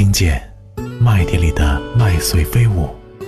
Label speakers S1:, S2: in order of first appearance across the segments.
S1: 听见麦田里的麦穗飞舞，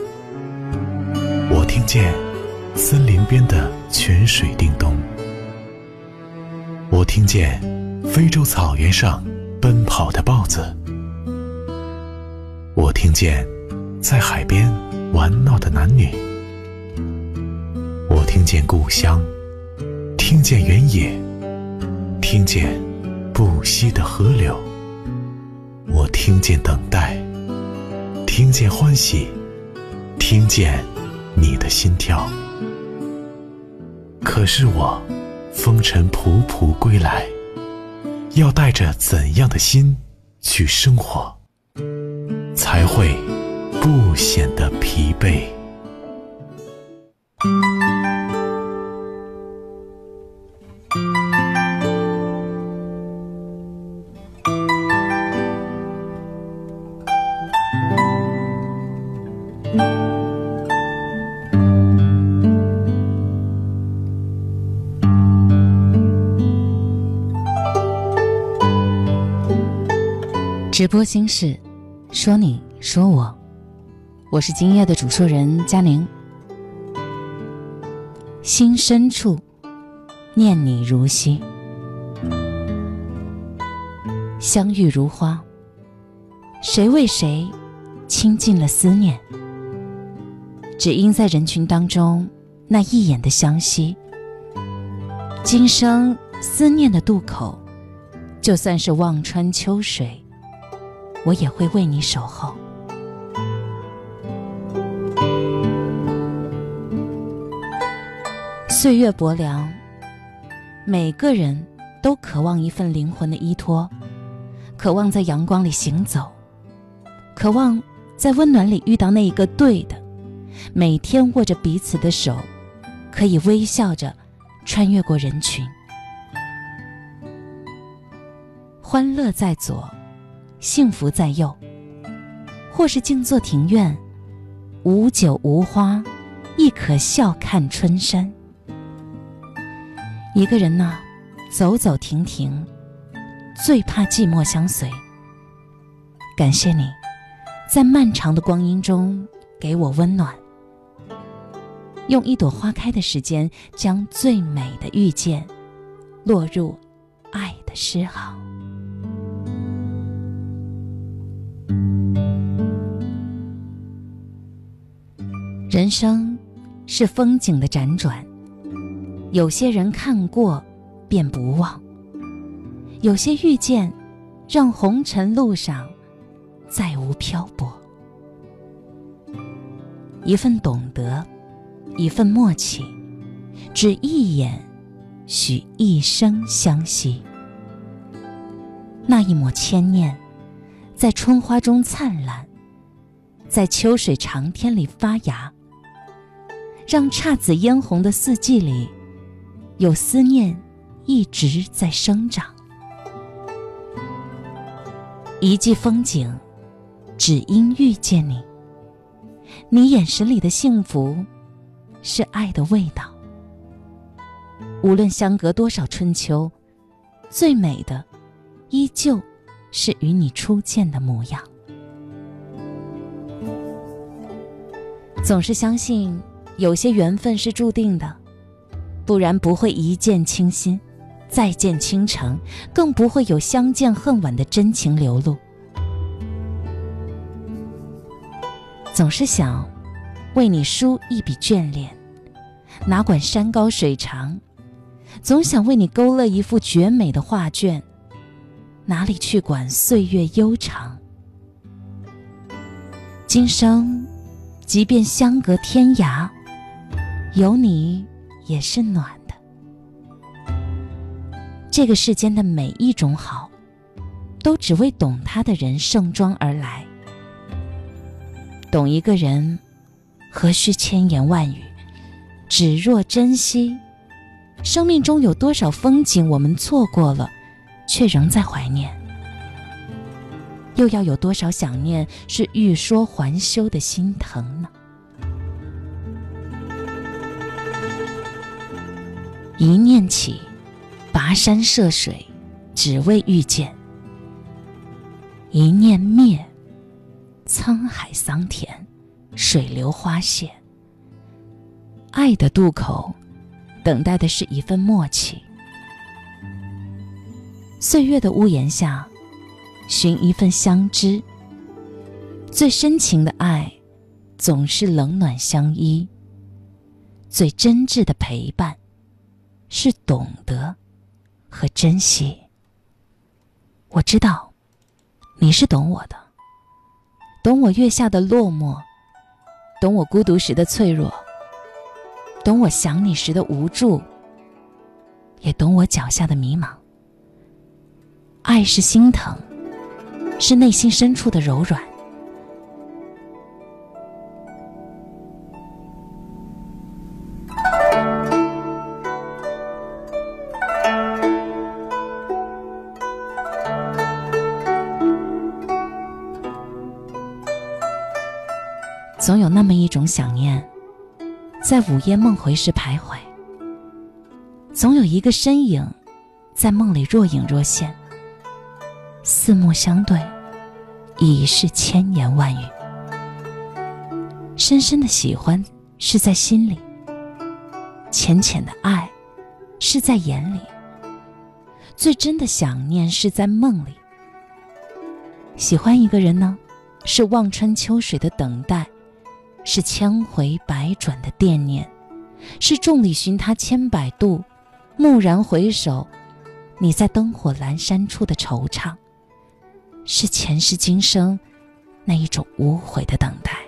S1: 我听见森林边的泉水叮咚，我听见非洲草原上奔跑的豹子，我听见在海边玩闹的男女，我听见故乡，听见原野，听见不息的河流，我听见等待，听见欢喜，听见你的心跳。可是我风尘仆仆归来，要带着怎样的心去生活，才会不显得疲惫？
S2: 直播心事，说你说我，我是今夜的主说人佳宁。心深处念你如昔，相遇如花，谁为谁倾尽了思念，只因在人群当中那一眼的相惜。今生思念的渡口，就算是望穿秋水，我也会为你守候。岁月薄凉，每个人都渴望一份灵魂的依托，渴望在阳光里行走，渴望在温暖里遇到那一个对的，每天握着彼此的手，可以微笑着穿越过人群。欢乐在左，幸福在右，或是静坐庭院，无酒无花，亦可笑看春山。一个人呢，走走停停，最怕寂寞相随。感谢你，在漫长的光阴中给我温暖，用一朵花开的时间，将最美的遇见落入爱的诗行。人生是风景的辗转，有些人看过便不忘，有些遇见让红尘路上再无漂泊。一份懂得，一份默契，只一眼许一生相惜。那一抹牵念，在春花中灿烂，在秋水长天里发芽，让姹紫嫣红的四季里，有思念一直在生长。一季风景，只因遇见你，你眼神里的幸福，是爱的味道。无论相隔多少春秋，最美的依旧是与你初见的模样。总是相信有些缘分是注定的，不然不会一见倾心，再见倾城，更不会有相见恨晚的真情流露。总是想为你书一笔眷恋，哪管山高水长，总想为你勾勒一幅绝美的画卷，哪里去管岁月悠长。今生即便相隔天涯，有你也是暖的。这个世间的每一种好，都只为懂它的人盛装而来。懂一个人，何须千言万语，只若珍惜。生命中有多少风景我们错过了，却仍在怀念，又要有多少想念是欲说还休的心疼呢？一念起，跋山涉水，只为遇见；一念灭， 沧海桑田，水流花谢。爱的渡口，等待的是一份默契。岁月的屋檐下，寻一份相知。最深情的爱，总是冷暖相依。最真挚的陪伴，是懂得和珍惜。我知道，你是懂我的，懂我月下的落寞，懂我孤独时的脆弱，懂我想你时的无助，也懂我脚下的迷茫。爱是心疼，是内心深处的柔软。总有那么一种想念，在午夜梦回时徘徊，总有一个身影，在梦里若隐若现。四目相对，已是千言万语。深深的喜欢是在心里，浅浅的爱是在眼里，最真的想念是在梦里。喜欢一个人呢，是望穿秋水的等待，是千回百转的惦念，是众里寻他千百度，蓦然回首，你在灯火阑珊处的惆怅，是前世今生那一种无悔的等待。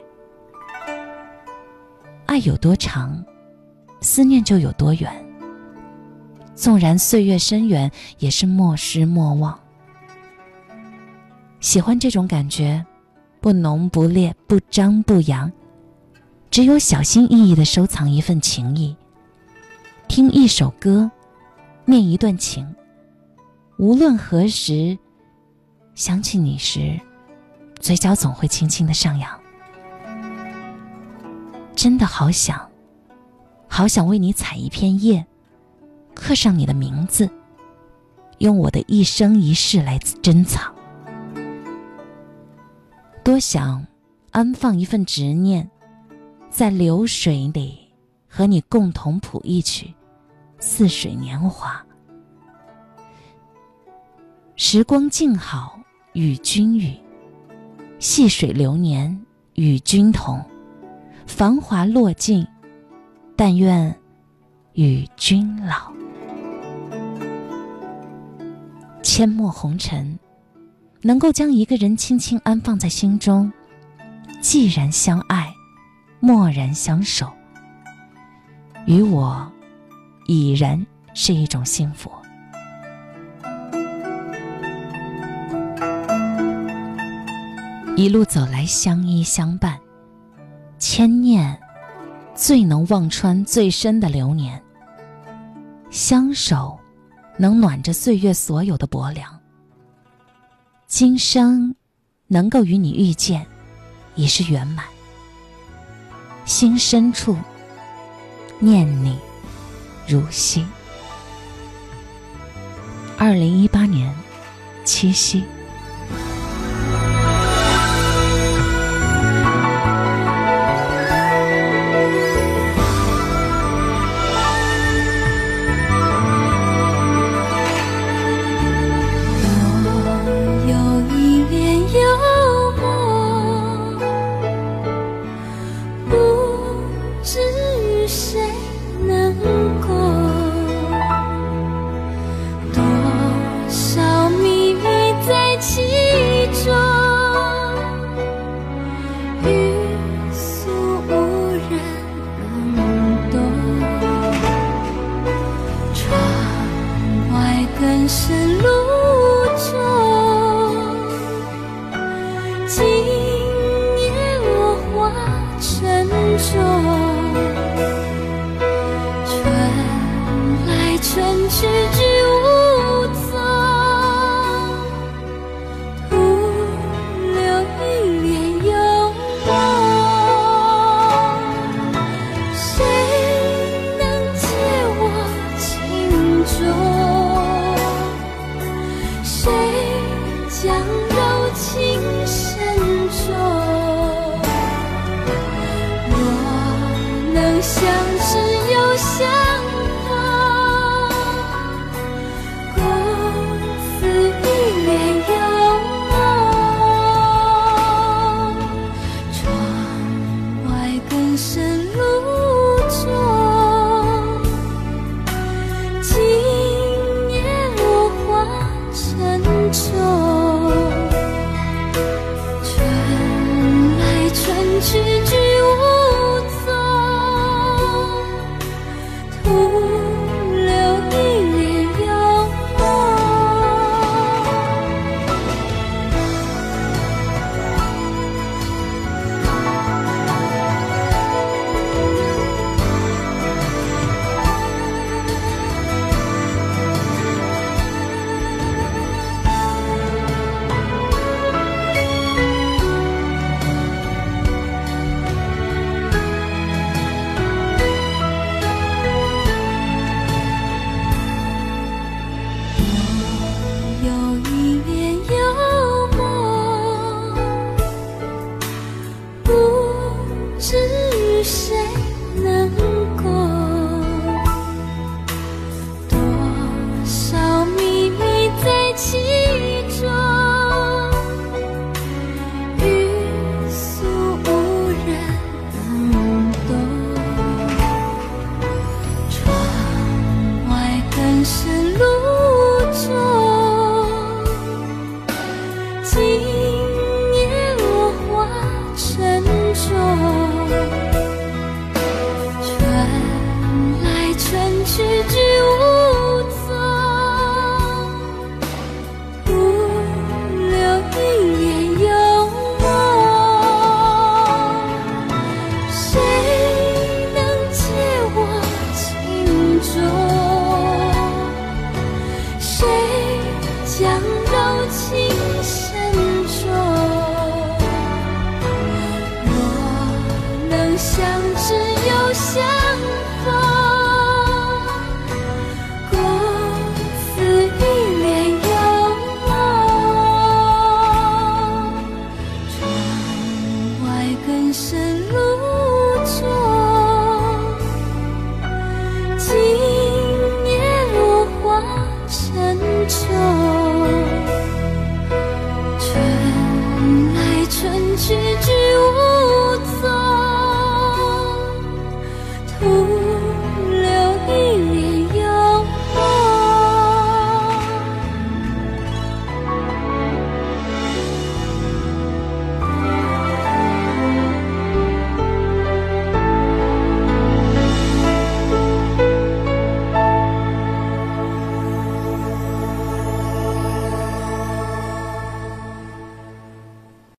S2: 爱有多长，思念就有多远。纵然岁月深远，也是莫失莫忘。喜欢这种感觉，不浓不烈，不张不扬，只有小心翼翼地收藏一份情谊，听一首歌，念一段情。无论何时想起你时，嘴角总会轻轻地上扬。真的好想，好想为你采一片叶，刻上你的名字，用我的一生一世来珍藏。多想安放一份执念，在流水里和你共同谱一曲似水年华。时光静好与君语，细水流年与君同。繁华落尽，但愿与君老。阡陌红尘，能够将一个人轻轻安放在心中，既然相爱，默然相守，于我已然是一种幸福。一路走来，相依相伴，牵念最能望穿最深的流年，相守能暖着岁月所有的薄凉。今生能够与你遇见，已是圆满。心深处念你如昔。2018年七夕。
S3: 将柔情深重情深。